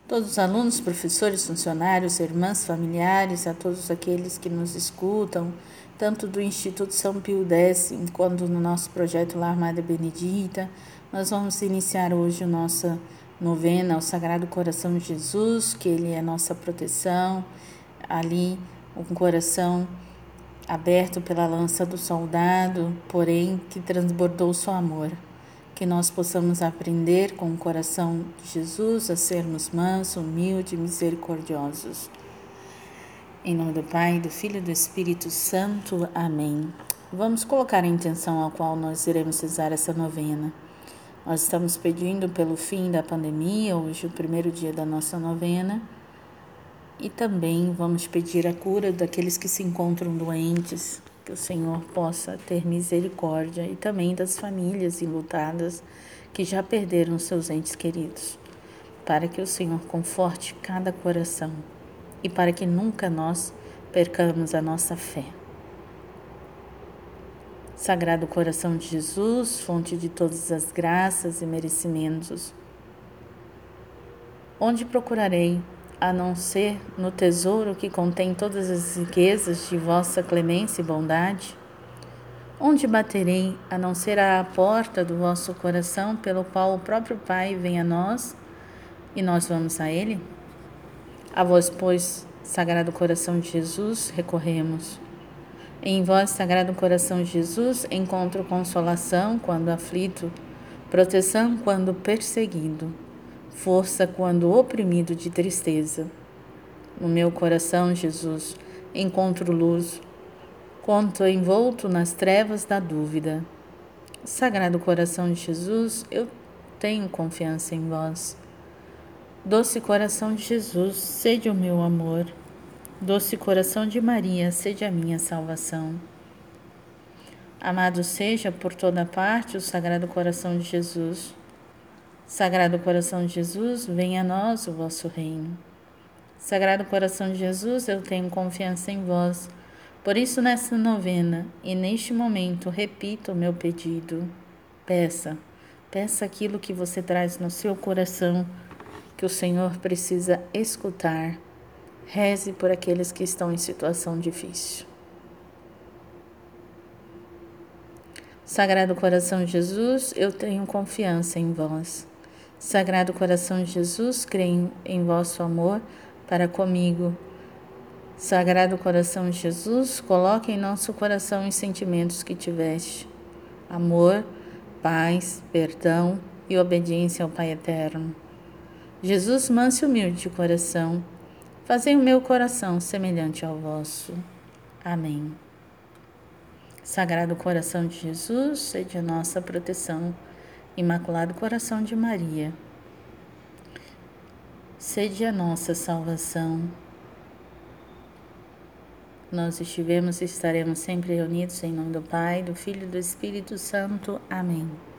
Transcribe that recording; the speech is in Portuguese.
todos os alunos, professores, funcionários, irmãs, familiares, a todos aqueles que nos escutam, tanto do Instituto São Pio X quanto no nosso projeto Lar Madre Benedita. Nós vamos iniciar hoje a nossa novena ao Sagrado Coração de Jesus, que Ele é nossa proteção, ali um coração aberto pela lança do soldado, porém que transbordou seu amor. Que nós possamos aprender com o coração de Jesus a sermos mansos, humildes e misericordiosos. Em nome do Pai, do Filho e do Espírito Santo. Amém. Vamos colocar a intenção ao qual nós iremos rezar essa novena. Nós estamos pedindo pelo fim da pandemia, hoje é o primeiro dia da nossa novena, e também vamos pedir a cura daqueles que se encontram doentes, que o Senhor possa ter misericórdia, e também das famílias enlutadas que já perderam seus entes queridos, para que o Senhor conforte cada coração e para que nunca nós percamos a nossa fé. Sagrado Coração de Jesus, fonte de todas as graças e merecimentos, onde procurarei, a não ser no tesouro que contém todas as riquezas de vossa clemência e bondade? Onde baterei, a não ser à porta do vosso coração, pelo qual o próprio Pai vem a nós, e nós vamos a Ele? A vós, pois, Sagrado Coração de Jesus, recorremos. Em vós, Sagrado Coração de Jesus, encontro consolação quando aflito, proteção quando perseguido, força quando oprimido de tristeza. No meu coração, Jesus, encontro luz, quando envolto nas trevas da dúvida. Sagrado Coração de Jesus, eu tenho confiança em vós. Doce Coração de Jesus, sede o meu amor. Doce Coração de Maria, sede a minha salvação. Amado seja por toda parte o Sagrado Coração de Jesus. Sagrado Coração de Jesus, venha a nós o vosso reino. Sagrado Coração de Jesus, eu tenho confiança em vós. Por isso, nesta novena e neste momento, repito o meu pedido. Peça aquilo que você traz no seu coração, que o Senhor precisa escutar. Reze por aqueles que estão em situação difícil. Sagrado Coração de Jesus, eu tenho confiança em vós. Sagrado Coração de Jesus, creio em vosso amor para comigo. Sagrado Coração de Jesus, coloque em nosso coração os sentimentos que tiveste: amor, paz, perdão e obediência ao Pai Eterno. Jesus, manso e humilde de coração, fazei o meu coração semelhante ao vosso. Amém. Sagrado Coração de Jesus, sede a nossa proteção. Imaculado Coração de Maria, sede a nossa salvação. Nós estivemos e estaremos sempre reunidos em nome do Pai, do Filho e do Espírito Santo. Amém.